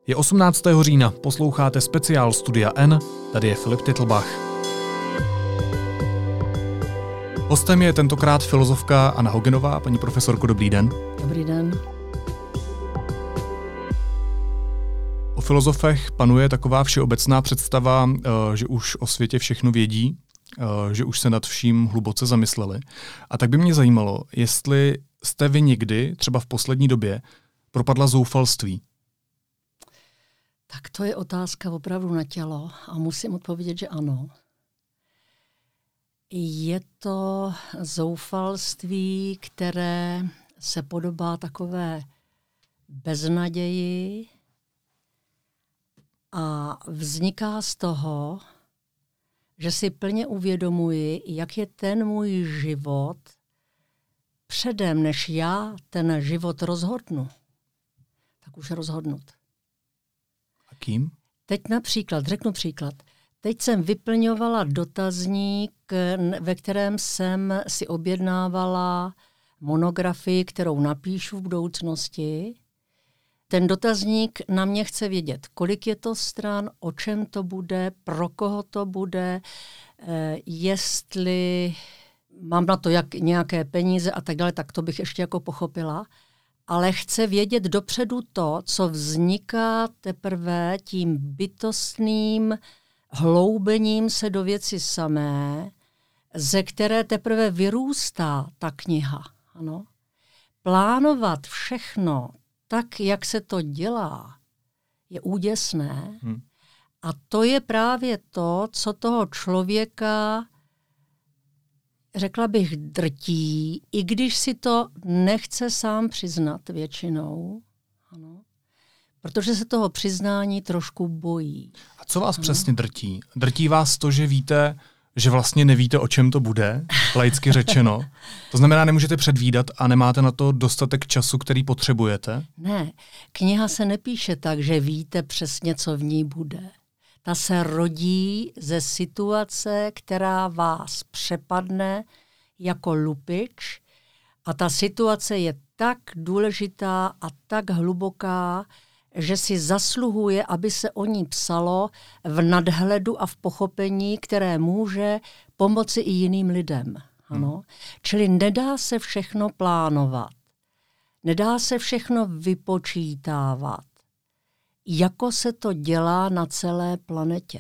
Je 18. října, posloucháte speciál Studia N, tady je Filip Titlbach. Hostem je tentokrát filozofka Anna Hogenová. Paní profesorko, dobrý den. Dobrý den. O filozofech panuje taková všeobecná představa, že už o světě všechno vědí, že už se nad vším hluboce zamysleli. A tak by mě zajímalo, jestli jste vy někdy, třeba v poslední době, propadla zoufalství. Tak to je otázka opravdu na tělo a musím odpovědět, že ano. Je to zoufalství, které se podobá takové beznaději a vzniká z toho, že si plně uvědomuji, jak je ten můj život předem, než já ten život rozhodnu, tak už rozhodnut. A kým? Teď řeknu příklad. Teď jsem vyplňovala dotazník, ve kterém jsem si objednávala monografii, kterou napíšu v budoucnosti. Ten dotazník na mě chce vědět, kolik je to stran, o čem to bude, pro koho to bude, jestli mám na to nějaké peníze a tak dále, tak to bych ještě jako pochopila. Ale chce vědět dopředu to, co vzniká teprve tím bytostným hloubením se do věci samé, ze které teprve vyrůstá ta kniha. Ano? Plánovat všechno tak, jak se to dělá, je úděsné. A to je právě to, co toho člověka, řekla bych, drtí, i když si to nechce sám přiznat většinou. Ano. Protože se toho přiznání trošku bojí. A co vás přesně drtí? Drtí vás to, že víte, že vlastně nevíte, o čem to bude, laicky řečeno? To znamená, nemůžete předvídat a nemáte na to dostatek času, který potřebujete? Ne, kniha se nepíše tak, že víte přesně, co v ní bude. Ta se rodí ze situace, která vás přepadne jako lupič a ta situace je tak důležitá a tak hluboká, že si zasluhuje, aby se o ní psalo v nadhledu a v pochopení, které může pomoci i jiným lidem. Ano? Čili nedá se všechno plánovat. Nedá se všechno vypočítávat, jako se to dělá na celé planetě.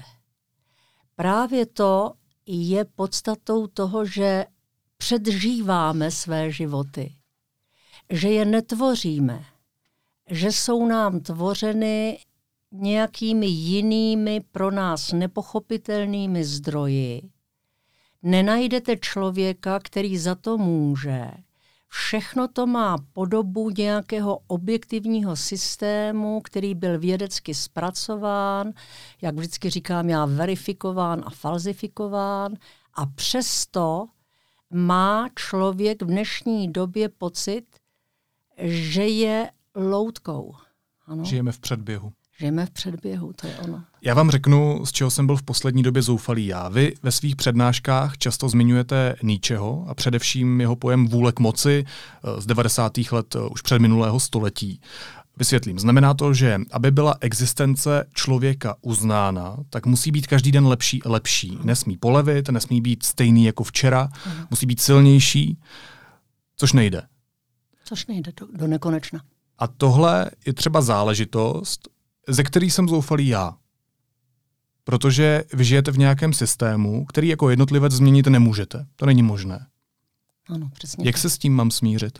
Právě to je podstatou toho, že předžíváme své životy, že je netvoříme, že jsou nám tvořeny nějakými jinými pro nás nepochopitelnými zdroji. Nenajdete člověka, který za to může. Všechno to má podobu nějakého objektivního systému, který byl vědecky zpracován, jak vždycky říkám já, verifikován a falzifikován. A přesto má člověk v dnešní době pocit, že je loutkou. Ano? Žijeme v předběhu. Žijeme v předběhu, to je ono. Já vám řeknu, z čeho jsem byl v poslední době zoufalý já. Vy ve svých přednáškách často zmiňujete Nietzscheho a především jeho pojem vůle k moci z 90. let už předminulého století. Vysvětlím. Znamená to, že aby byla existence člověka uznána, tak musí být každý den lepší. Nesmí polevit, nesmí být stejný jako včera, musí být silnější, což nejde. Což nejde do nekonečna. A tohle je třeba záležitost, ze který jsem zoufalý já. Protože vy žijete v nějakém systému, který jako jednotlivec změnit nemůžete. To není možné. Ano, přesně. Jak se s tím mám smířit?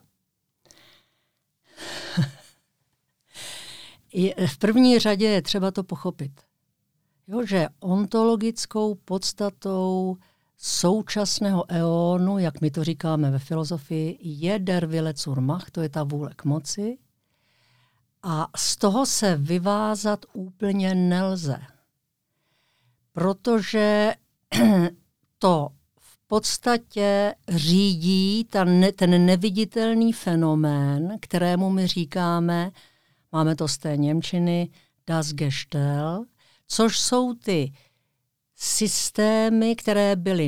V první řadě je třeba to pochopit. Jo, že ontologickou podstatou současného eonu, jak my to říkáme ve filozofii, je der Wille zur Macht, to je ta vůle k moci. A z toho se vyvázat úplně nelze. Protože to v podstatě řídí ten neviditelný fenomén, kterému my říkáme, máme to z té němčiny, das Gestell, což jsou ty systémy, které byly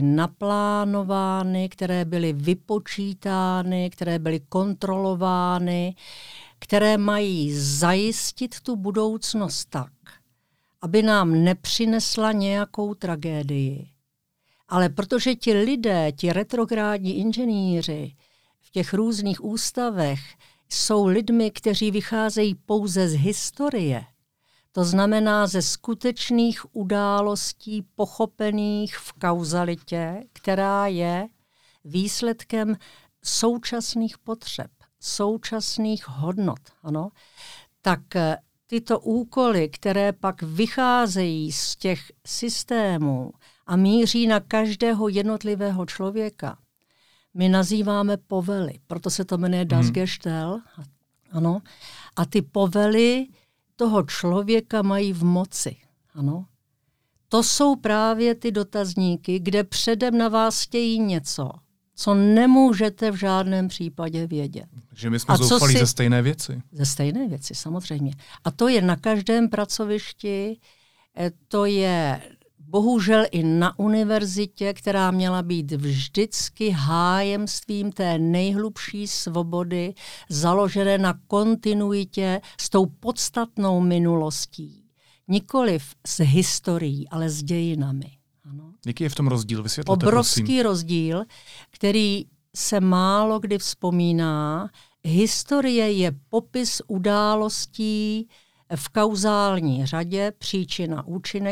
naplánovány, které byly vypočítány, které byly kontrolovány, které mají zajistit tu budoucnost tak, aby nám nepřinesla nějakou tragédii. Ale protože ti lidé, ti retrográdní inženýři v těch různých ústavech jsou lidmi, kteří vycházejí pouze z historie, to znamená ze skutečných událostí pochopených v kauzalitě, která je výsledkem současných potřeb, současných hodnot. Ano? Tak tyto úkoly, které pak vycházejí z těch systémů a míří na každého jednotlivého člověka, my nazýváme povely, proto se to jmenuje Das Gestell. Ano? A ty povely toho člověka mají v moci. Ano? To jsou právě ty dotazníky, kde předem na vás chtějí něco, co nemůžete v žádném případě vědět. Že my jsme zoufalí ze stejné věci. Ze stejné věci, samozřejmě. A to je na každém pracovišti, to je bohužel i na univerzitě, která měla být vždycky hájemstvím té nejhlubší svobody, založené na kontinuitě s tou podstatnou minulostí. Nikoliv s historií, ale s dějinami. Ano. Jaký je v tom rozdíl? Vysvětlete, obrovský prosím. rozdíl, který se málo kdy vzpomíná. Historie je popis událostí v kauzální řadě příčina,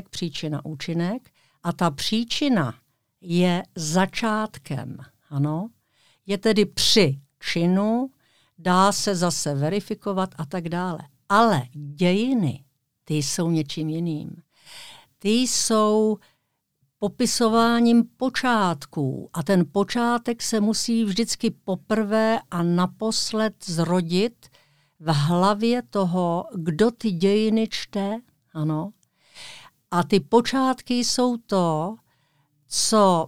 účinek a ta příčina je začátkem. Ano? Je tedy při činu, dá se zase verifikovat a tak dále. Ale dějiny, ty jsou něčím jiným. Ty jsou popisováním počátků a ten počátek se musí vždycky poprvé a naposled zrodit v hlavě toho, kdo ty dějiny čte. Ano. A ty počátky jsou to, co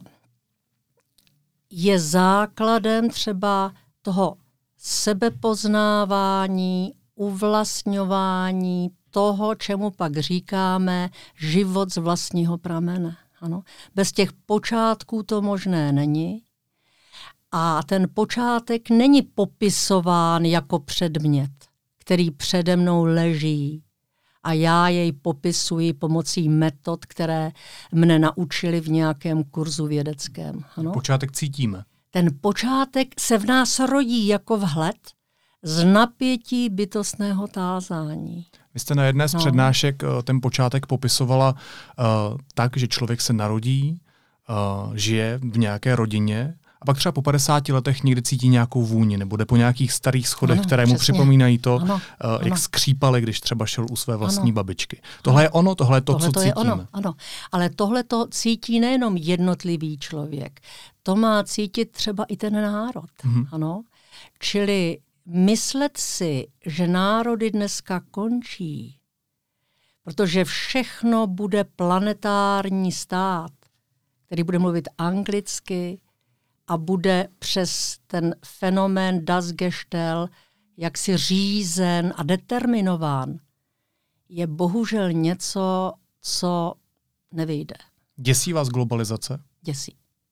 je základem třeba toho sebepoznávání, uvlastňování toho, čemu pak říkáme život z vlastního pramene. Ano. Bez těch počátků to možné není. A ten počátek není popisován jako předmět, který přede mnou leží a já jej popisuji pomocí metod, které mne naučili v nějakém kurzu vědeckém. Ano? Počátek cítíme. Ten počátek se v nás rodí jako vhled z napětí bytostného tázání. Vy jste na jedné z přednášek ten počátek popisovala tak, že člověk se narodí, žije v nějaké rodině a pak třeba po 50 letech někdy cítí nějakou vůni nebo jde po nějakých starých schodech, které mu připomínají to, jak skřípaly, když třeba šel u své vlastní babičky. Tohle je ono, tohle je to, co cítíme. Ano. Ale tohle to cítí nejenom jednotlivý člověk. To má cítit třeba i ten národ. Ano. Čili myslet si, že národy dneska končí, protože všechno bude planetární stát, který bude mluvit anglicky a bude přes ten fenomén Das Gestell jaksi řízen a determinován, je bohužel něco, co nevyjde. Děsí vás globalizace? Děsí.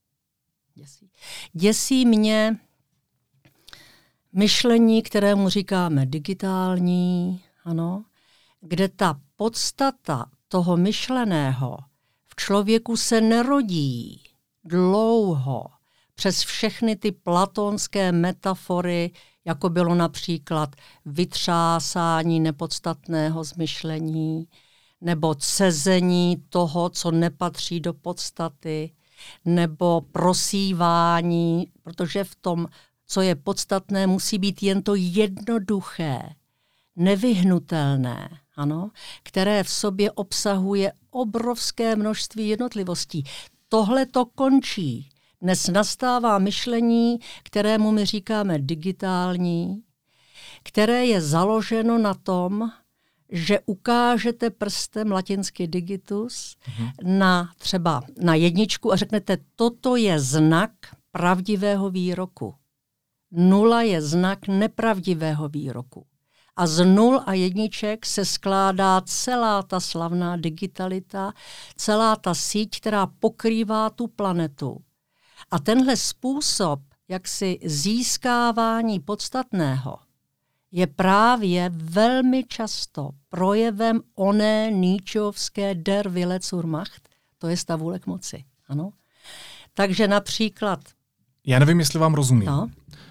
Děsí mě myšlení, kterému říkáme digitální, ano, kde ta podstata toho myšleného v člověku se nerodí dlouho přes všechny ty platonské metafory, jako bylo například vytřásání nepodstatného z myšlení, nebo cezení toho, co nepatří do podstaty, nebo prosívání, protože v tom, co je podstatné, musí být jen to jednoduché, nevyhnutelné, ano, které v sobě obsahuje obrovské množství jednotlivostí. Tohle to končí. Dnes nastává myšlení, kterému my říkáme digitální, které je založeno na tom, že ukážete prstem latinsky digitus třeba na jedničku a řeknete, toto je znak pravdivého výroku. 0 je znak nepravdivého výroku. A z 0 a jedniček se skládá celá ta slavná digitalita, celá ta síť, která pokrývá tu planetu. A tenhle způsob jaksi získávání podstatného je právě velmi často projevem oné Nietzscheovské der Wille zur Macht, to je ta vůle k moci. Ano? Takže například... Já nevím, jestli vám rozumím. No?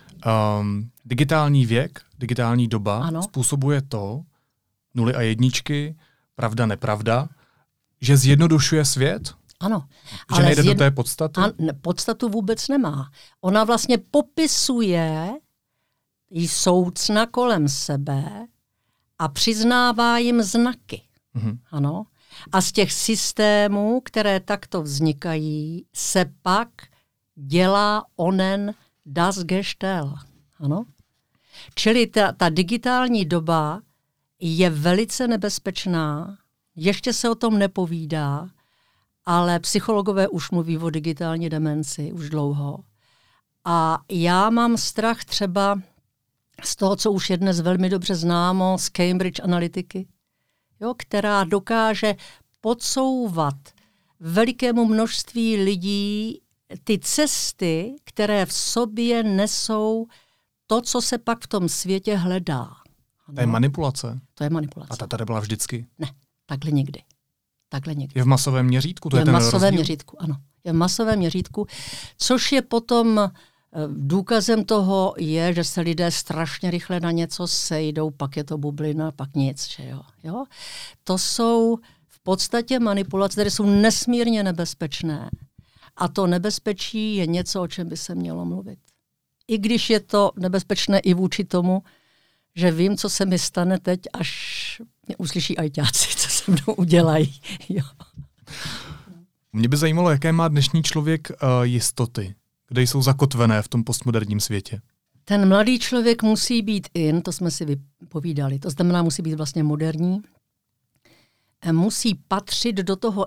Digitální věk, digitální doba Ano. způsobuje to, nuly a jedničky, pravda, nepravda, že zjednodušuje svět? Ano. Že nejde do té podstaty? Podstatu vůbec nemá. Ona vlastně popisuje jí soucna kolem sebe a přiznává jim znaky. Ano. A z těch systémů, které takto vznikají, se pak dělá onen das Gestell. Ano. Čili ta digitální doba je velice nebezpečná, ještě se o tom nepovídá, ale psychologové už mluví o digitální demenci už dlouho. A já mám strach třeba z toho, co už je dnes velmi dobře známo, z Cambridge Analytiky, jo, která dokáže podsouvat velikému množství lidí ty cesty, které v sobě nesou to, co se pak v tom světě hledá. Ano. To je manipulace. To je manipulace. A ta tady byla vždycky? Ne, takhle někdy. Je v masovém měřítku? To je v ten masovém rozdíl? měřítku, ano. Je v masovém měřítku, což je potom důkazem toho je, že se lidé strašně rychle na něco sejdou, pak je to bublina, pak nic. Že jo? To jsou v podstatě manipulace, které jsou nesmírně nebezpečné. A to nebezpečí je něco, o čem by se mělo mluvit. I když je to nebezpečné i vůči tomu, že vím, co se mi stane teď, až mě uslyší ajťáci, co se mnou udělají. Jo. Mě by zajímalo, jaké má dnešní člověk jistoty, kde jsou zakotvené v tom postmoderním světě. Ten mladý člověk musí být to jsme si vypovídali, to znamená, musí být vlastně moderní, musí patřit do toho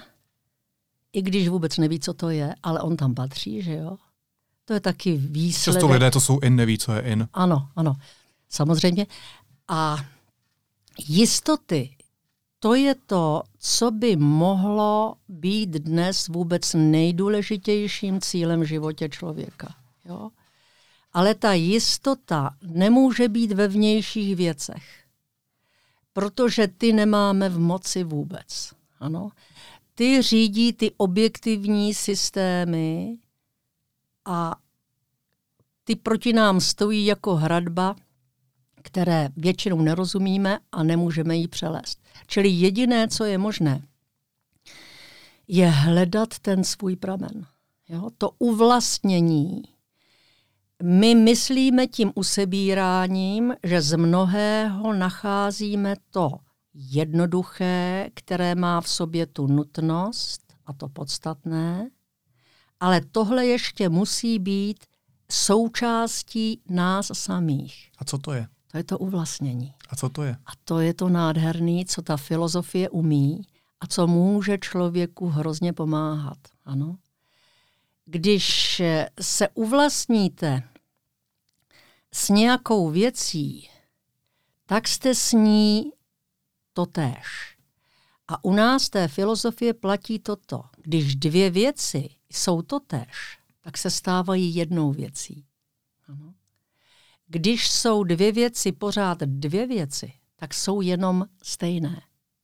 i když vůbec neví, co to je, ale on tam patří, že jo? To je taky výsledek. Často lidé to jsou neví, co je in. Ano, samozřejmě. A jistoty, to je to, co by mohlo být dnes vůbec nejdůležitějším cílem v životě člověka. Jo? Ale ta jistota nemůže být ve vnějších věcech, protože ty nemáme v moci vůbec. Ano? Ty řídí ty objektivní systémy a ty proti nám stojí jako hradba, které většinou nerozumíme a nemůžeme ji přelézt. Čili jediné, co je možné, je hledat ten svůj pramen. Jo? To uvlastnění. My myslíme tím usebíráním, že z mnohého nacházíme to jednoduché, které má v sobě tu nutnost a to podstatné, ale tohle ještě musí být součástí nás samých. A co to je? To je to uvlastnění. A co to je? A to je to nádherné, co ta filozofie umí a co může člověku hrozně pomáhat. Ano? Když se uvlastníte s nějakou věcí, tak jste s ní totéž. A u nás té filozofie platí toto. Když dvě věci jsou totéž, tak se stávají jednou věcí. Ano. Když jsou dvě věci pořád dvě věci, tak jsou jenom stejné.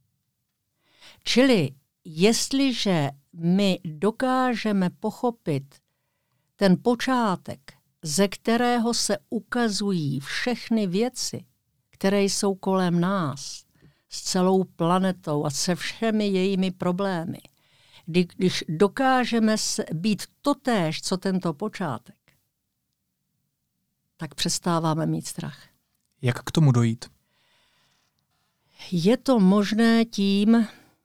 Čili jestliže my dokážeme pochopit ten počátek, ze kterého se ukazují všechny věci, které jsou kolem nás, s celou planetou a se všemi jejími problémy, když dokážeme být totéž, co tento počátek, tak přestáváme mít strach. Jak k tomu dojít? Je to možné tím,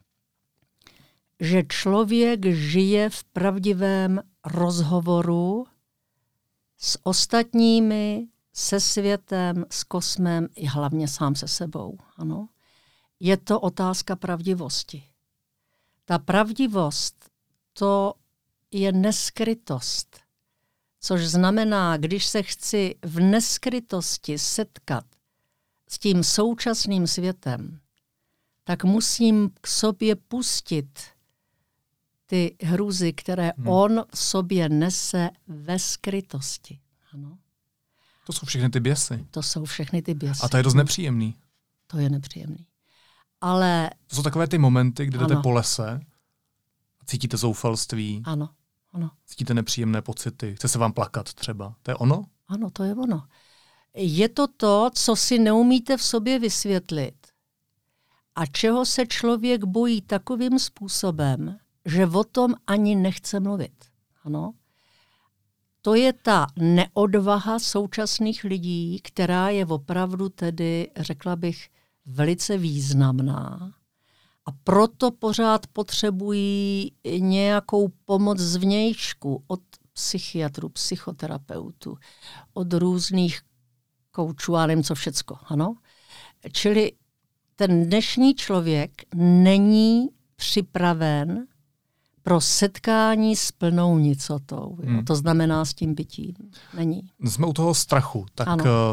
že člověk žije v pravdivém rozhovoru s ostatními, se světem, s kosmem i hlavně sám se sebou. Ano? Je to otázka pravdivosti. Ta pravdivost, to je neskrytost. Což znamená, když se chci v neskrytosti setkat s tím současným světem, tak musím k sobě pustit ty hrůzy, které on v sobě nese ve skrytosti. Ano? To jsou všechny ty běsy. To jsou všechny ty běsy. A to je dost nepříjemný. To je nepříjemný. Ale... To jsou takové ty momenty, kdy jdete po lese a cítíte zoufalství. Ano. Cítíte nepříjemné pocity. Chce se vám plakat třeba. To je ono? Ano, to je ono. Je to, co si neumíte v sobě vysvětlit a čeho se člověk bojí takovým způsobem, že o tom ani nechce mluvit. Ano. To je ta neodvaha současných lidí, která je opravdu tedy, řekla bych, velice významná. A proto pořád potřebují nějakou pomoc zvnějšku od psychiatrů, psychoterapeutů, od různých koučů a nevím co všecko. Ano? Čili ten dnešní člověk není připraven pro setkání s plnou nicotou. To znamená s tím bytím. Není. Jsme u toho strachu. Tak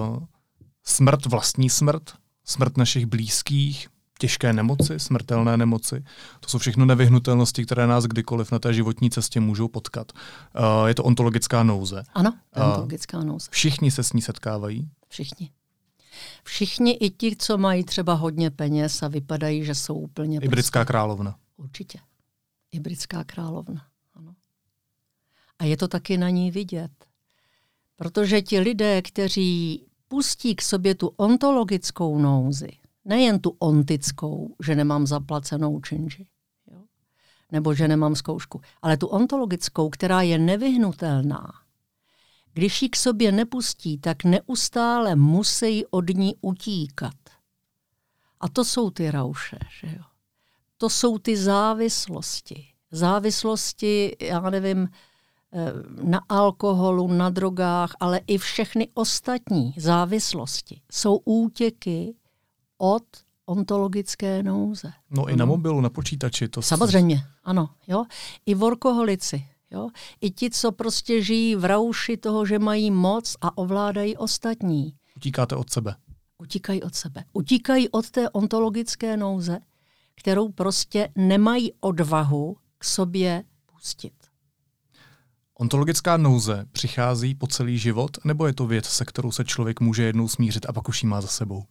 smrt, vlastní smrt, smrt našich blízkých, těžké nemoci, smrtelné nemoci. To jsou všechno nevyhnutelnosti, které nás kdykoliv na té životní cestě můžou potkat. Je to ontologická nouze. Ano, ontologická nouze. Všichni se s ní setkávají? Všichni. Všichni, i ti, co mají třeba hodně peněz a vypadají, že jsou úplně... I britská královna. Určitě. I britská královna. Ano. A je to taky na ní vidět. Protože ti lidé, kteří pustí k sobě tu ontologickou nouzi, nejen tu ontickou, že nemám zaplacenou činži, nebo že nemám zkoušku, ale tu ontologickou, která je nevyhnutelná. Když ji k sobě nepustí, tak neustále musí od ní utíkat. A to jsou ty rauše, že jo. To jsou ty závislosti. Závislosti, já nevím, na alkoholu, na drogách, ale i všechny ostatní závislosti jsou útěky od ontologické nouze. No i na mobilu, na počítači. To samozřejmě, ano. Jo? I workoholici. Jo? I ti, co prostě žijí v rauši toho, že mají moc a ovládají ostatní. Utíkáte od sebe. Utíkají od sebe. Utíkají od té ontologické nouze, kterou prostě nemají odvahu k sobě pustit. Ontologická nouze přichází po celý život, nebo je to věc, se kterou se člověk může jednou smířit a pak už ji má za sebou?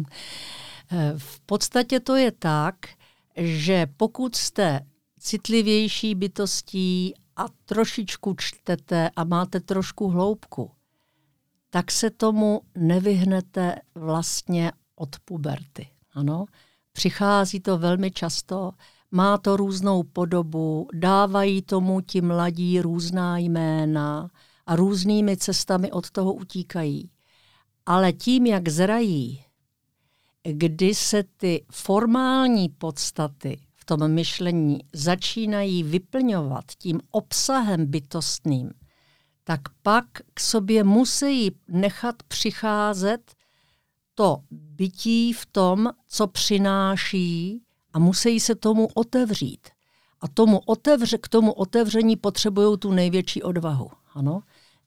V podstatě to je tak, že pokud jste citlivější bytostí a trošičku čtete a máte trošku hloubku, tak se tomu nevyhnete vlastně od puberty. Ano? Přichází to velmi často, má to různou podobu, dávají tomu ti mladí různá jména a různými cestami od toho utíkají. Ale tím, jak zrají, kdy se ty formální podstaty v tom myšlení začínají vyplňovat tím obsahem bytostným, tak pak k sobě musí nechat přicházet to bytí v tom, co přináší, a musí se tomu otevřít. A k tomu otevření potřebují tu největší odvahu. Ano?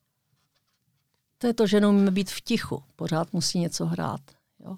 To je to, že neumíme být v tichu. Pořád musí něco hrát. Jo?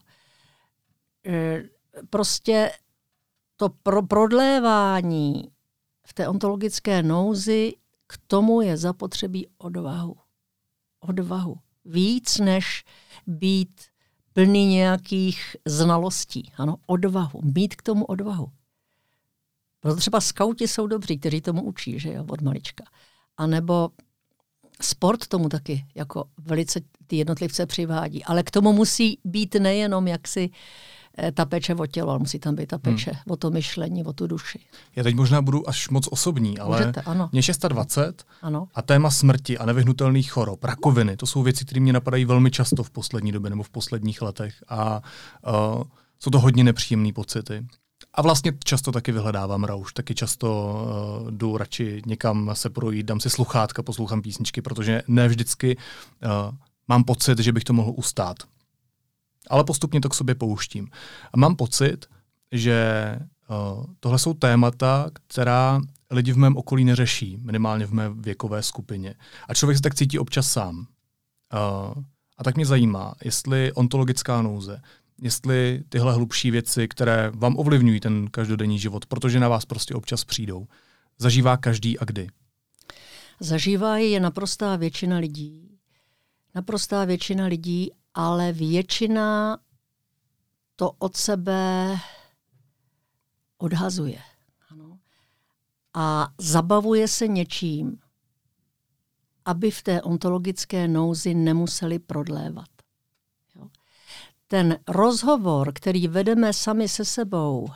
Prostě to prodlévání v té ontologické nouzi, k tomu je zapotřebí odvahu. Odvahu. Víc než být plný nějakých znalostí. Ano, odvahu. Mít k tomu odvahu. Proto třeba skauti jsou dobří, kteří tomu učí, že jo, od malička. A nebo sport tomu taky jako velice ty jednotlivce přivádí. Ale k tomu musí být nejenom jaksi ta péče o tělo, ale musí tam být ta péče o to myšlení, o tu duši. Já teď možná budu až moc osobní, ale můžete, ano. Mě 26 ano. A téma smrti a nevyhnutelných chorob, rakoviny, to jsou věci, které mě napadají velmi často v poslední době nebo v posledních letech a jsou to hodně nepříjemné pocity. A vlastně často taky vyhledávám rauš, taky často jdu radši někam se projít, dám si sluchátka, poslouchám písničky, protože ne vždycky mám pocit, že bych to mohl ustát. Ale postupně to k sobě pouštím. A mám pocit, že tohle jsou témata, která lidi v mém okolí neřeší, minimálně v mé věkové skupině. A člověk se tak cítí občas sám. A tak mě zajímá, jestli ontologická nouze, jestli tyhle hlubší věci, které vám ovlivňují ten každodenní život, protože na vás prostě občas přijdou, zažívá každý a kdy? Zažívá je naprostá většina lidí. naprostá většina lidí, ale většina to od sebe odhazuje. Ano. A zabavuje se něčím, aby v té ontologické nouzi nemuseli prodlévat. Jo. Ten rozhovor, který vedeme sami se sebou,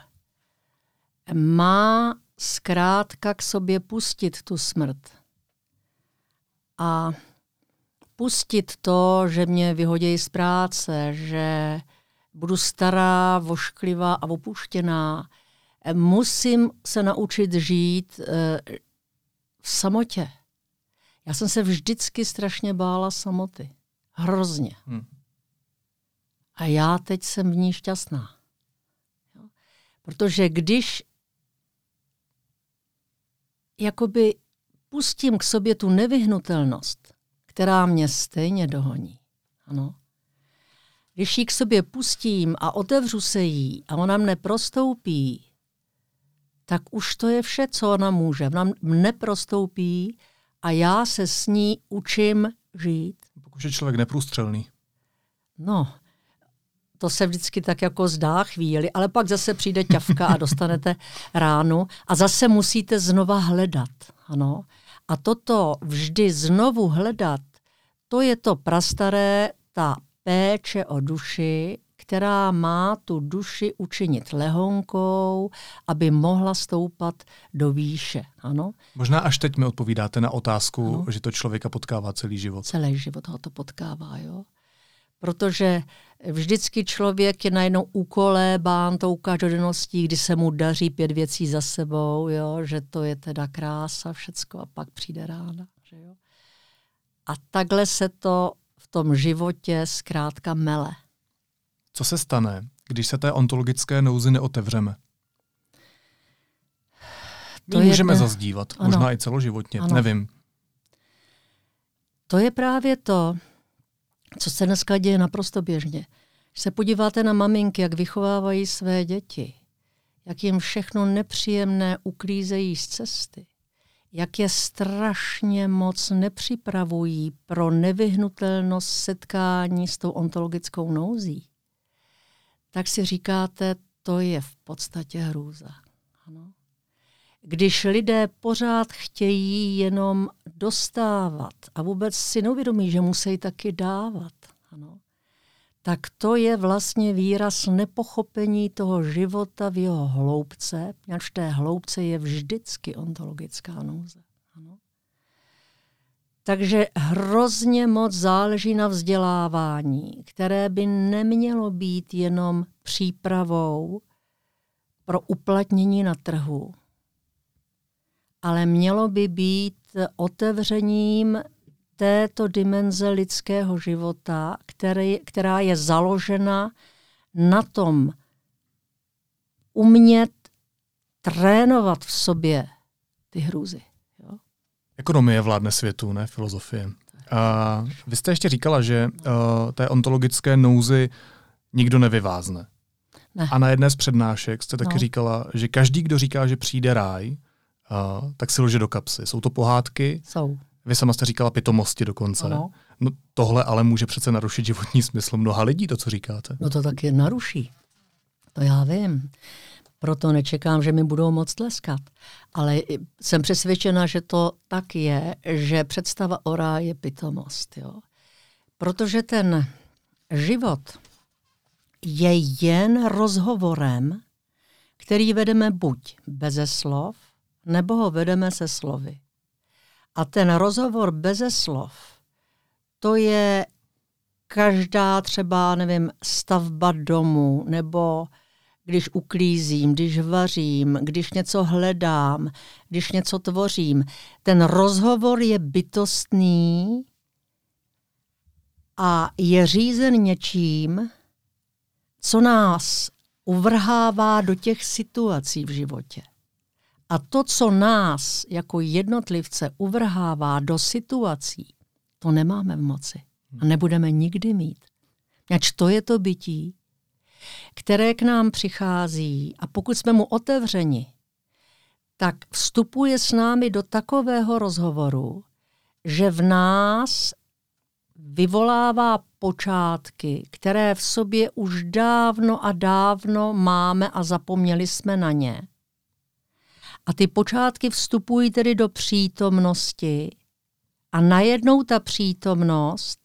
má zkrátka k sobě pustit tu smrt. A pustit to, že mě vyhodějí z práce, že budu stará, vošklivá a opuštěná. Musím se naučit žít v samotě. Já jsem se vždycky strašně bála samoty. Hrozně. A já teď jsem v ní šťastná. Jo? Protože když jakoby pustím k sobě tu nevyhnutelnost, která mě stejně dohoní. Ano. Když ji k sobě pustím a otevřu se jí a ona mne prostoupí, tak už to je vše, co ona může. Ona mne prostoupí a já se s ní učím žít. Pokud je člověk neprůstřelný. No, to se vždycky tak jako zdá chvíli, ale pak zase přijde ťavka a dostanete ránu a zase musíte znova hledat. Ano. A toto vždy znovu hledat, to je to prastaré, ta péče o duši, která má tu duši učinit lehonkou, aby mohla stoupat do výše. Ano? Možná až teď mi odpovídáte na otázku, ano. Že to člověka potkává celý život. Celý život ho to potkává, jo. Protože vždycky člověk je najednou ukolébán tou každodenností, kdy se mu daří 5 věcí za sebou, jo, že to je teda krása, všecko a pak přijde rána. Že jo. A takhle se to v tom životě zkrátka mele. Co se stane, když se té ontologické nouzi neotevřeme? My můžeme zazdívat, ano. Možná i celoživotně, ano. Nevím. To je právě to, co se dneska děje naprosto běžně. Když se podíváte na maminky, jak vychovávají své děti, jak jim všechno nepříjemné uklízejí z cesty, jak je strašně moc nepřipravují pro nevyhnutelnost setkání s tou ontologickou nouzí, tak si říkáte, to je v podstatě hrůza. Ano. Když lidé pořád chtějí jenom dostávat a vůbec si neuvědomí, že musí taky dávat, ano, tak to je vlastně výraz nepochopení toho života v jeho hloubce, protože v té hloubce je vždycky ontologická nouze. Ano. Takže hrozně moc záleží na vzdělávání, které by nemělo být jenom přípravou pro uplatnění na trhu, ale mělo by být otevřením této dimenze lidského života, která je založena na tom umět trénovat v sobě ty hrůzy. Jo? Ekonomie vládne světu, ne filozofie. Vy jste ještě říkala, že té ontologické nouzi nikdo nevyvázne. Ne. A na jedné z přednášek jste taky říkala, že každý, kdo říká, že přijde ráj, tak si lže do kapsy. Jsou to pohádky? Jsou. Vy sama jste říkala pitomosti dokonce. Ano. No, tohle ale může přece narušit životní smysl mnoha lidí, to, co říkáte. No to taky naruší. To já vím. Proto nečekám, že mi budou moc tleskat. Ale jsem přesvědčena, že to tak je, že představa o ráji je pitomost. Jo? Protože ten život je jen rozhovorem, který vedeme buď beze slov, nebo ho vedeme se slovy. A ten rozhovor beze slov, to je každá třeba, nevím, stavba domu, nebo když uklízím, když vařím, když něco hledám, když něco tvořím. Ten rozhovor je bytostný a je řízen něčím, co nás uvrhává do těch situací v životě. A to, co nás jako jednotlivce uvrhává do situací, to nemáme v moci. A nebudeme nikdy mít. Ač to je to bytí, které k nám přichází a pokud jsme mu otevřeni, tak vstupuje s námi do takového rozhovoru, že v nás vyvolává počátky, které v sobě už dávno a dávno máme a zapomněli jsme na ně. A ty počátky vstupují tedy do přítomnosti a najednou ta přítomnost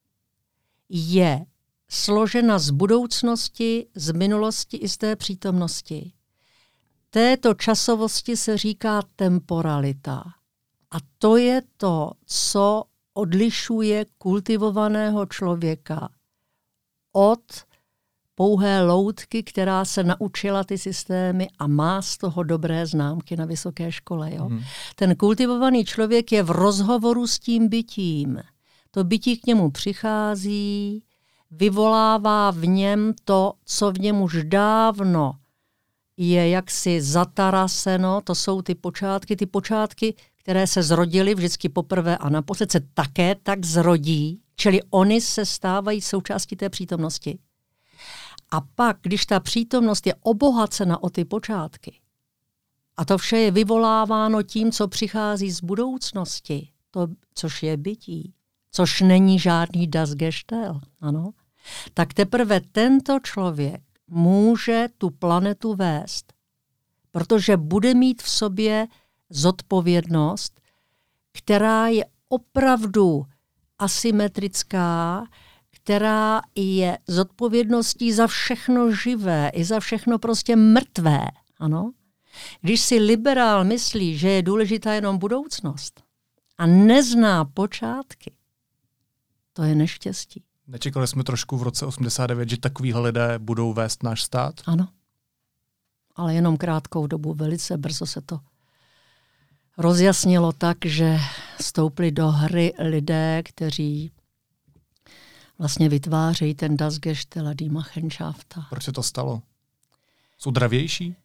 je složena z budoucnosti, z minulosti i z té přítomnosti. Této časovosti se říká temporalita. A to je to, co odlišuje kultivovaného člověka od pouhé loutky, která se naučila ty systémy a má z toho dobré známky na vysoké škole. Jo? Ten kultivovaný člověk je v rozhovoru s tím bytím. To bytí k němu přichází, vyvolává v něm to, co v něm už dávno je jaksi zataraseno, to jsou ty počátky, které se zrodily vždycky poprvé a naposled se také tak zrodí, čili oni se stávají součástí té přítomnosti. A pak, když ta přítomnost je obohacena o ty počátky, a to vše je vyvoláváno tím, co přichází z budoucnosti, to, což je bytí, což není žádný Das Gestell, ano, tak teprve tento člověk může tu planetu vést, protože bude mít v sobě zodpovědnost, která je opravdu asymetrická, která je zodpovědností za všechno živé i za všechno prostě mrtvé. Ano? Když si liberál myslí, že je důležitá jenom budoucnost a nezná počátky, to je neštěstí. Nečekali jsme trošku v roce 89, že takovýhle lidé budou vést náš stát? Ano. Ale jenom krátkou dobu, velice brzo se to rozjasnilo tak, že vstoupili do hry lidé, kteří vlastně vytvářejí ten Das Gestell a die Machenschaften. Proč se to stalo? Jsou dravější?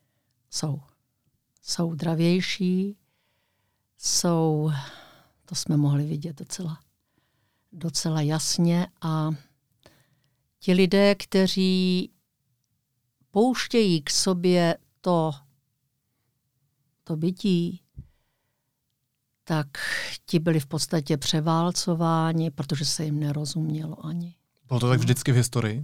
Jsou dravější, to jsme mohli vidět docela jasně a ti lidé, kteří pouštějí k sobě to bytí, tak ti byli v podstatě převálcováni, protože se jim nerozumělo ani. Bylo to tak vždycky v historii?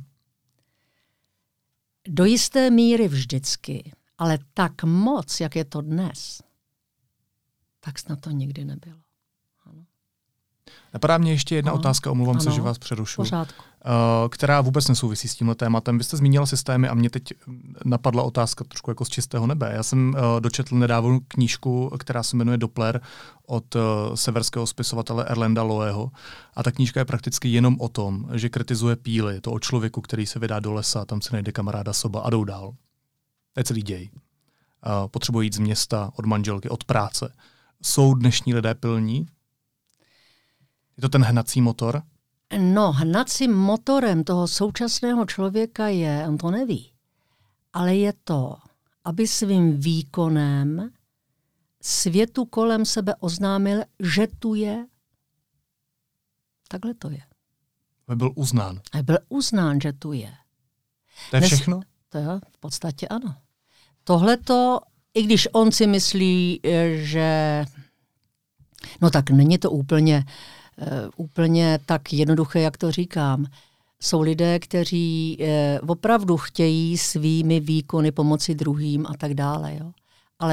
Do jisté míry vždycky, ale tak moc, jak je to dnes, tak snad to nikdy nebylo. Ano. Napadá mě ještě jedna otázka, omlouvám se, že vás přerušuji, která vůbec nesouvisí s tímhle tématem. Vy jste zmínila systémy a mě teď napadla otázka trošku jako z čistého nebe. Já jsem dočetl nedávno knížku, která se jmenuje Doppler od severského spisovatele Erlenda Loeho a ta knížka je prakticky jenom o tom, že kritizuje píly, to o člověku, který se vydá do lesa, tam se najde kamaráda soba a jdou dál. To je celý děj. Potřebuje jít z města, od manželky, od práce. Jsou dnešní lidé pilní? Je to ten hnací motor? No, hnacím motorem toho současného člověka on to neví, ale je to, aby svým výkonem světu kolem sebe oznámil, že tu je. Takhle to je. Aby byl uznán. Aby byl uznán, že tu je. To je všechno? To je v podstatě ano. Tohleto, i když on si myslí, že no tak není to úplně tak jednoduché, jak to říkám. Jsou lidé, kteří opravdu chtějí svými výkony pomoci druhým a tak dále. Jo? Ale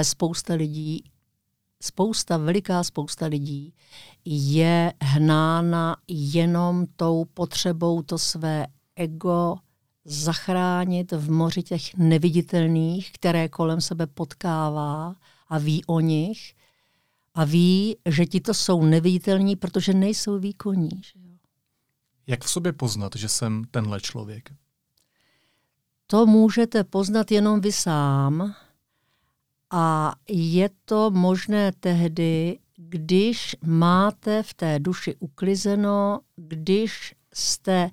veliká spousta lidí je hnána jenom tou potřebou to své ego zachránit v moři těch neviditelných, které kolem sebe potkává a ví o nich. A ví, že tito jsou neviditelní, protože nejsou výkonní. Jak v sobě poznat, že jsem tenhle člověk? To můžete poznat jenom vy sám. A je to možné tehdy, když máte v té duši uklizeno, když jste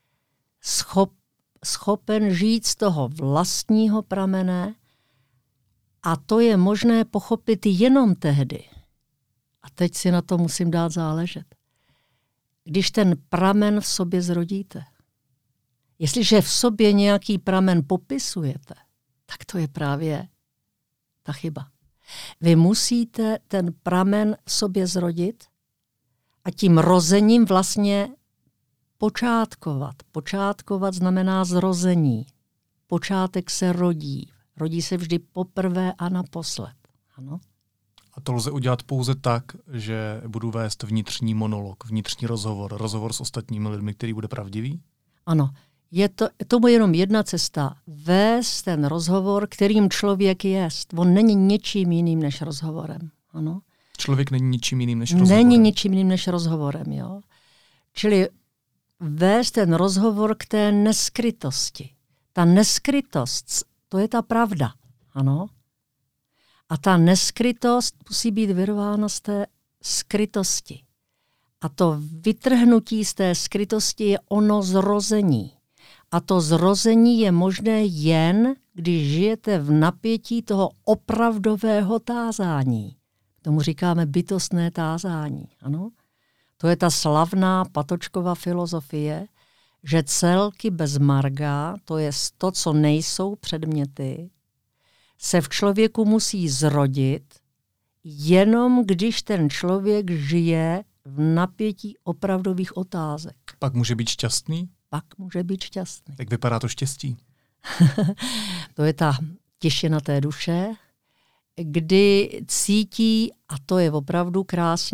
schopen žít z toho vlastního pramene. A to je možné pochopit jenom tehdy. A teď si na to musím dát záležet. Když ten pramen v sobě zrodíte. Jestliže v sobě nějaký pramen popisujete, tak to je právě ta chyba. Vy musíte ten pramen v sobě zrodit a tím rozením vlastně počátkovat. Počátkovat znamená zrození. Počátek se rodí. Rodí se vždy poprvé a naposled. Ano? A to lze udělat pouze tak, že budu vést vnitřní monolog, vnitřní rozhovor s ostatními lidmi, který bude pravdivý? Ano. Tomu je jenom jedna cesta. Vést ten rozhovor, kterým člověk jest. On není ničím jiným než rozhovorem. Ano? Člověk není ničím jiným než rozhovorem. Není ničím jiným než rozhovorem, jo. Čili vést ten rozhovor k té neskrytosti. Ta neskrytost, to je ta pravda, ano. A ta neskrytost musí být vyrována z té skrytosti. A to vytrhnutí z té skrytosti je ono zrození. A to zrození je možné jen, když žijete v napětí toho opravdového tázání. Tomu říkáme bytostné tázání. Ano? To je ta slavná Patočkova filozofie, že celky bez marga, to je to, co nejsou předměty, se v člověku musí zrodit, jenom když ten člověk žije v napětí opravdových otázek. Pak může být šťastný? Pak může být šťastný. Jak vypadá to štěstí? To je ta těšina té duše, kdy cítí, a to je opravdu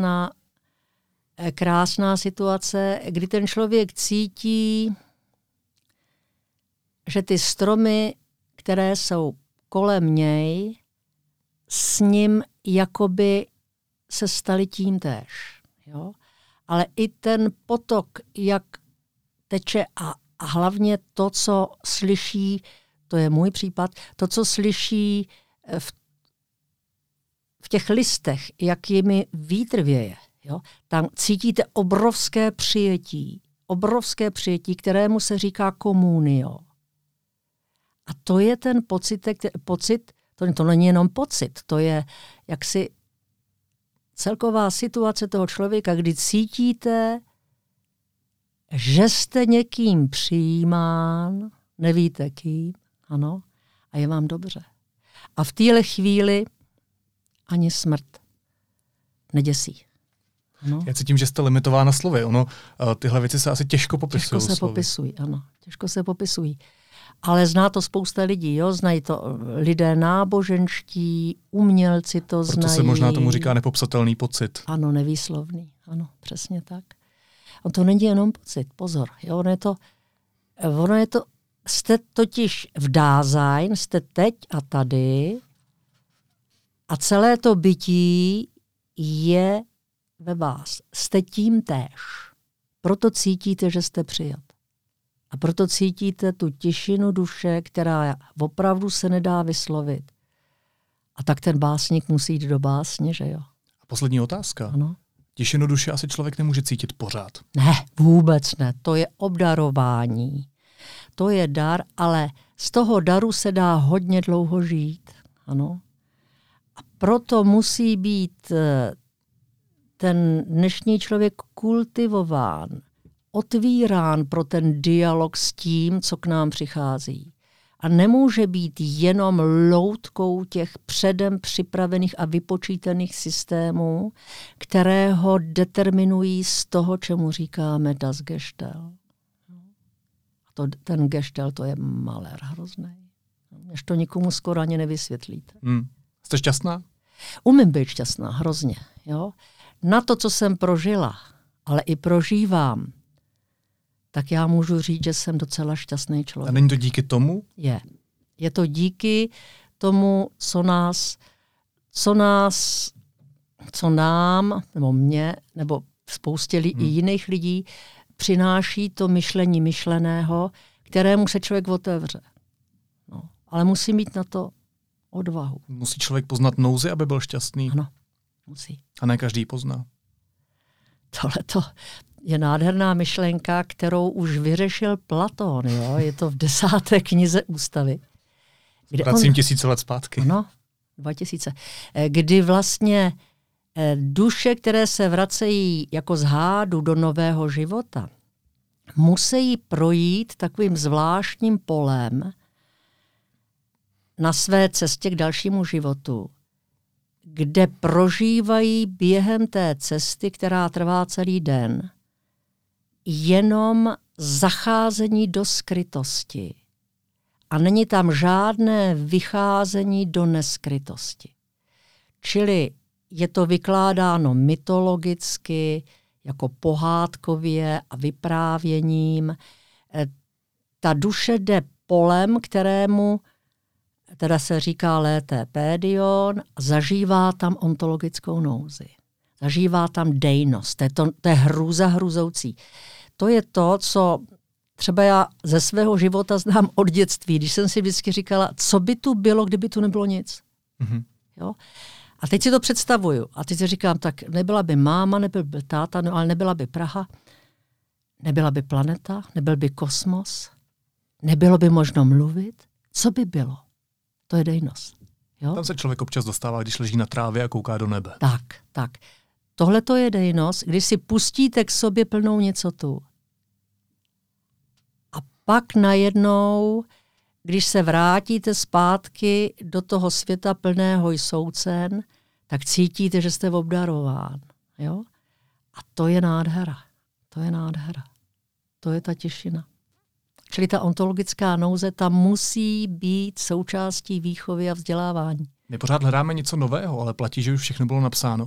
krásná situace, kdy ten člověk cítí, že ty stromy, které jsou kolem něj, s ním jakoby se staly tím též. Jo? Ale i ten potok, jak teče a hlavně to, co slyší, to je můj případ, to, co slyší v těch listech, jak jimi vítr věje, jo? Tam cítíte obrovské přijetí, kterému se říká komunio. A to je ten pocit, to není jenom pocit, to je jaksi celková situace toho člověka, kdy cítíte, že jste někým přijímán, nevíte kým, ano, a je vám dobře. A v téhle chvíli ani smrt neděsí. Ano. Já cítím, že jste limitována slovy. Tyhle věci se asi těžko popisují. Těžko se popisují. Ale zná to spousta lidí, jo? Znají to lidé náboženští, umělci to znají. Proto se možná tomu říká nepopsatelný pocit. Ano, nevýslovný, ano, přesně tak. A to není jenom pocit, pozor. Jo? Ono je to, jste totiž v Dasein, jste teď a tady a celé to bytí je ve vás. Jste tím též. Proto cítíte, že jste přijat. A proto cítíte tu tišinu duše, která opravdu se nedá vyslovit. A tak ten básník musí jít do básně, že jo? A poslední otázka. Ano. Tišinu duše asi člověk nemůže cítit pořád. Ne, vůbec ne. To je obdarování. To je dar, ale z toho daru se dá hodně dlouho žít. Ano. A proto musí být ten dnešní člověk kultivován, otvírán pro ten dialog s tím, co k nám přichází. A nemůže být jenom loutkou těch předem připravených a vypočítaných systémů, které ho determinují z toho, čemu říkáme das Gestell. Ten Gestell, to je malér hrozný. Než to nikomu skoro ani nevysvětlíte. Jste šťastná? Umím být šťastná, hrozně. Jo? Na to, co jsem prožila, ale i prožívám, tak já můžu říct, že jsem docela šťastný člověk. A není to díky tomu? Je. Je to díky tomu, co nám, nebo mě, nebo spoustě i jiných lidí přináší to myšlení myšleného, kterému se člověk otevře. No. Ale musí mít na to odvahu. Musí člověk poznat nouzi, aby byl šťastný? Ano, musí. A ne každý pozná. Tohleto je nádherná myšlenka, kterou už vyřešil Platón. Jo? Je to v 10. knize Ústavy. Vracím 1000 let zpátky. No, 2000. Kdy vlastně duše, které se vracejí jako z hádu do nového života, musí projít takovým zvláštním polem na své cestě k dalšímu životu, kde prožívají během té cesty, která trvá celý den, jenom zacházení do skrytosti. A není tam žádné vycházení do neskrytosti. Čili je to vykládáno mytologicky, jako pohádkově a vyprávěním. Ta duše jde polem, kterému teda se říká létépédion, a zažívá tam ontologickou nouzi. Zažívá tam dejnost. To je hrůza hrůzoucí. To je to, co třeba já ze svého života znám od dětství, když jsem si vždycky říkala, co by tu bylo, kdyby tu nebylo nic. Mm-hmm. Jo? A teď si to představuju. A teď si říkám, tak nebyla by máma, nebyl by táta, no, ale nebyla by Praha, nebyla by planeta, nebyl by kosmos, nebylo by možno mluvit. Co by bylo? To je dejnost. Jo? Tam se člověk občas dostává, když leží na trávě a kouká do nebe. Tak. Tohle to je dejnost, když si pustíte k sobě plnou nicotu. A pak najednou, když se vrátíte zpátky do toho světa plného soucen, tak cítíte, že jste obdarován. Jo? A to je nádhera. To je ta těšina. Čili ta ontologická nouze, ta musí být součástí výchovy a vzdělávání. My pořád hledáme něco nového, ale platí, že už všechno bylo napsáno.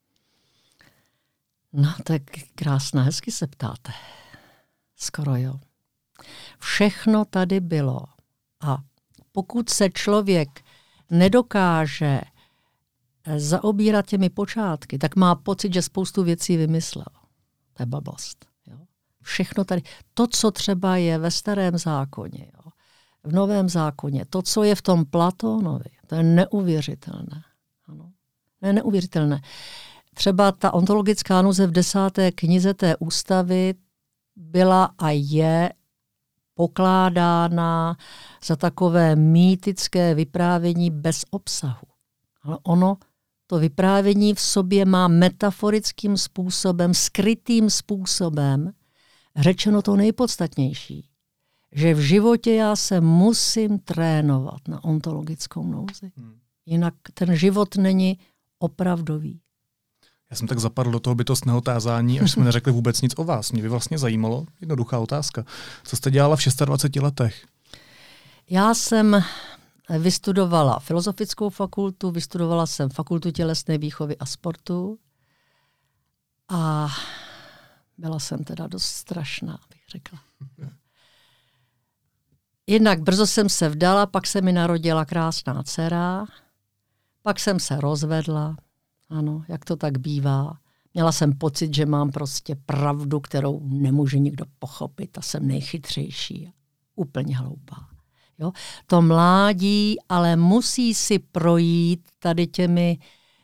No, tak krásná, hezky se ptáte. Skoro jo. Všechno tady bylo. A pokud se člověk nedokáže zaobírat těmi počátky, tak má pocit, že spoustu věcí vymyslel. To je blbost. Jo? Všechno tady. To, co třeba je ve Starém zákoně, jo? V Novém zákoně, to, co je v tom Platónovi, to je neuvěřitelné. Ano? To je neuvěřitelné. Třeba ta ontologická nouze v 10. knize té ústavy byla a je pokládána za takové mýtické vyprávění bez obsahu. Ale ono, to vyprávění v sobě má metaforickým způsobem, skrytým způsobem řečeno to nejpodstatnější, že v životě já se musím trénovat na ontologickou nouzi. Jinak ten život není opravdový. Já jsem tak zapadl do toho bytostného tázání, až jsme neřekli vůbec nic o vás. Mě by vlastně zajímalo, jednoduchá otázka. Co jste dělala v 26 letech? Já jsem vystudovala filozofickou fakultu, vystudovala jsem fakultu tělesné výchovy a sportu a byla jsem teda dost strašná, bych řekla. Jednak brzo jsem se vdala, pak se mi narodila krásná dcera, pak jsem se rozvedla. Ano, jak to tak bývá. Měla jsem pocit, že mám prostě pravdu, kterou nemůže nikdo pochopit a jsem nejchytřejší. Úplně hloupá. Jo? To mládí ale musí si projít tady těmi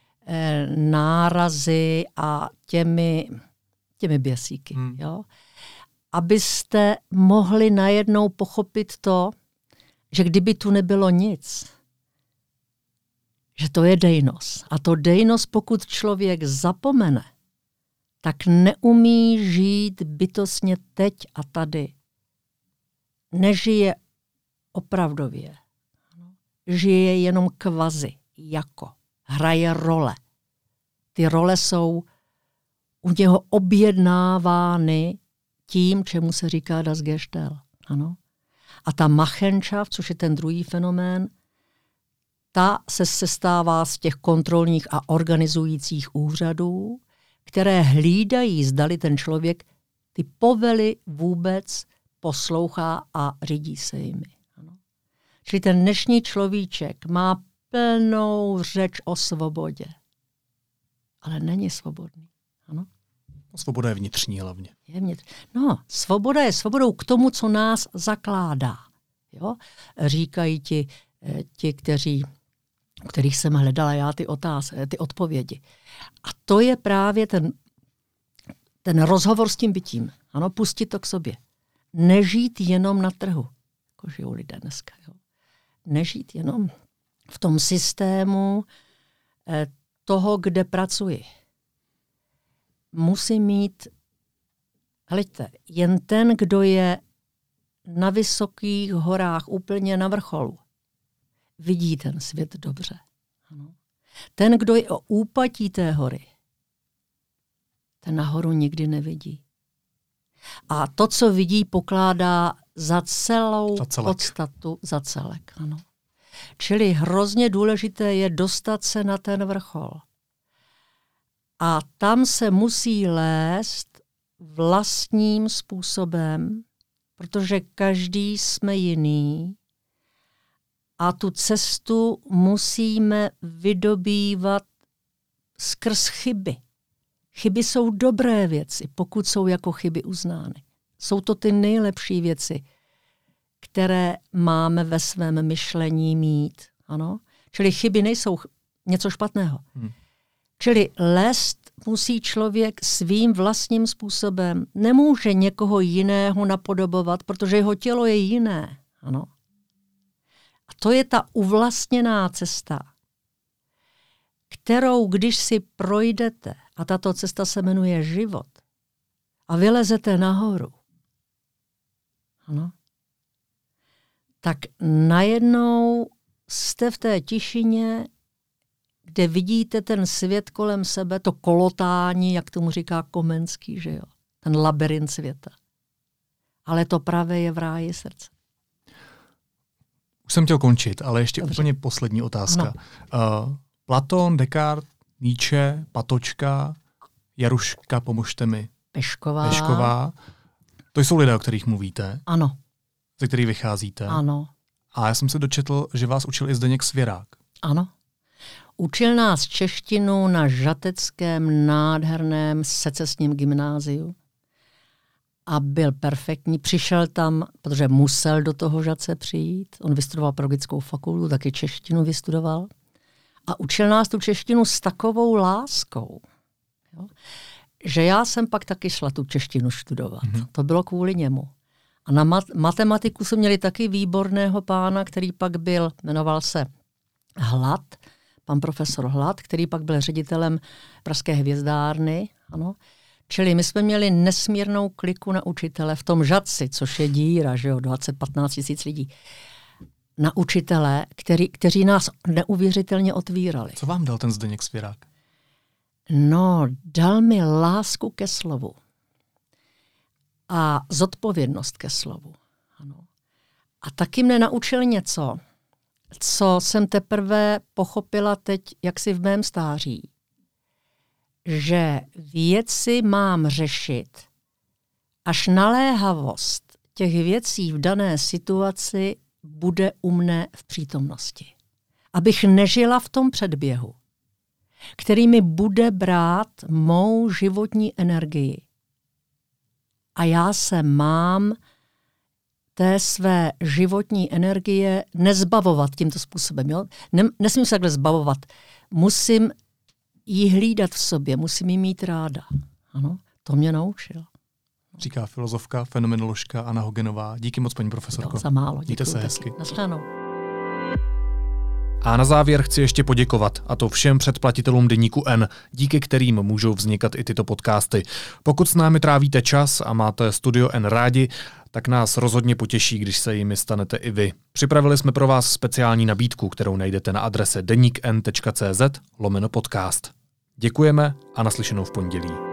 nárazy a těmi běsíky. Jo? Abyste mohli najednou pochopit to, že kdyby tu nebylo nic, že to je dejnost. A to dejnost, pokud člověk zapomene, tak neumí žít bytostně teď a tady. Nežije opravdově. Žije jenom kvazi, jako. Hraje role. Ty role jsou u něho objednávány tím, čemu se říká das Gestel. Ano. A ta Machenschaft, což je ten druhý fenomén, ta se sestává z těch kontrolních a organizujících úřadů, které hlídají, zdali ten člověk ty povely vůbec poslouchá a řídí se jimi. Ano. Čili ten dnešní človíček má plnou řeč o svobodě, ale není svobodný. Ano. Svoboda je vnitřní hlavně. No, svoboda je svobodou k tomu, co nás zakládá. Jo? Říkají ti, kterých jsem hledala já ty odpovědi. A to je právě ten rozhovor s tím bytím. Ano, pustit to k sobě. Nežít jenom na trhu, jako žijou lidé dneska. Jo. Nežít jenom v tom systému toho, kde pracuji. Musím mít, hleďte, jen ten, kdo je na vysokých horách, úplně na vrcholu, vidí ten svět dobře. Ano. Ten, kdo je o úpatí té hory, ten nahoru nikdy nevidí. A to, co vidí, pokládá za celou celek. podstatu, za celek. Ano. Čili hrozně důležité je dostat se na ten vrchol. A tam se musí lézt vlastním způsobem, protože každý jsme jiný a tu cestu musíme vydobývat skrz chyby. Chyby jsou dobré věci, pokud jsou jako chyby uznány. Jsou to ty nejlepší věci, které máme ve svém myšlení mít. Ano? Čili chyby nejsou něco špatného. Čili lézt musí člověk svým vlastním způsobem. Nemůže někoho jiného napodobovat, protože jeho tělo je jiné. Ano? A to je ta uvlastněná cesta, kterou, když si projdete, a tato cesta se jmenuje život, a vylezete nahoru, ano, tak najednou jste v té tišině, kde vidíte ten svět kolem sebe, to kolotání, jak tomu říká Komenský, že jo? Ten labyrint světa. Ale to pravé je v ráji srdce. Už jsem chtěl končit, ale ještě Dobře. úplně poslední otázka. Platon, Descartes, Nietzsche, Patočka, Jaruška, pomožte mi. Pešková. To jsou lidé, o kterých mluvíte, Ano. ze kterých vycházíte. Ano. A já jsem se dočetl, že vás učil i Zdeněk Svěrák. Ano. Učil nás češtinu na žateckém nádherném secesním gymnáziu a byl perfektní. Přišel tam, protože musel do toho Žatce přijít. On vystudoval pedagogickou fakultu, taky češtinu vystudoval. A učil nás tu češtinu s takovou láskou, jo? Že já jsem pak taky šla tu češtinu studovat. To bylo kvůli němu. A na matematiku jsme měli taky výborného pána, který pak byl, jmenoval se Hlad, pan profesor Hlad, který pak byl ředitelem Pražské hvězdárny. Ano. Čili my jsme měli nesmírnou kliku na učitele v tom Žatci, což je díra, že jo, 20-15 tisíc lidí. Na učitele, kteří nás neuvěřitelně otvírali. Co vám dal ten Zdeněk Svěrák? No, dal mi lásku ke slovu a zodpovědnost ke slovu. Ano. A taky mne naučil něco, co jsem teprve pochopila teď, jaksi v mém stáří. Že věci mám řešit, až naléhavost těch věcí v dané situaci bude u mne v přítomnosti. Abych nežila v tom předběhu, který mi bude brát mou životní energii. A já se mám té své životní energie nezbavovat tímto způsobem. Jo? Nesmím se takhle zbavovat. Musím ji hlídat v sobě, musím ji mít ráda. Ano, to mě naučil. Říká filozofka, fenomenoložka Anna Hogenová. Díky moc, paní profesorko. Jo, za málo. Mějte se hezky. Naschledanou. A na závěr chci ještě poděkovat, a to všem předplatitelům Deníku N, díky kterým můžou vznikat i tyto podcasty. Pokud s námi trávíte čas a máte Studio N rádi, tak nás rozhodně potěší, když se jimi stanete i vy. Připravili jsme pro vás speciální nabídku, kterou najdete na adrese denikn.cz/podcast. Děkujeme a naslyšenou v pondělí.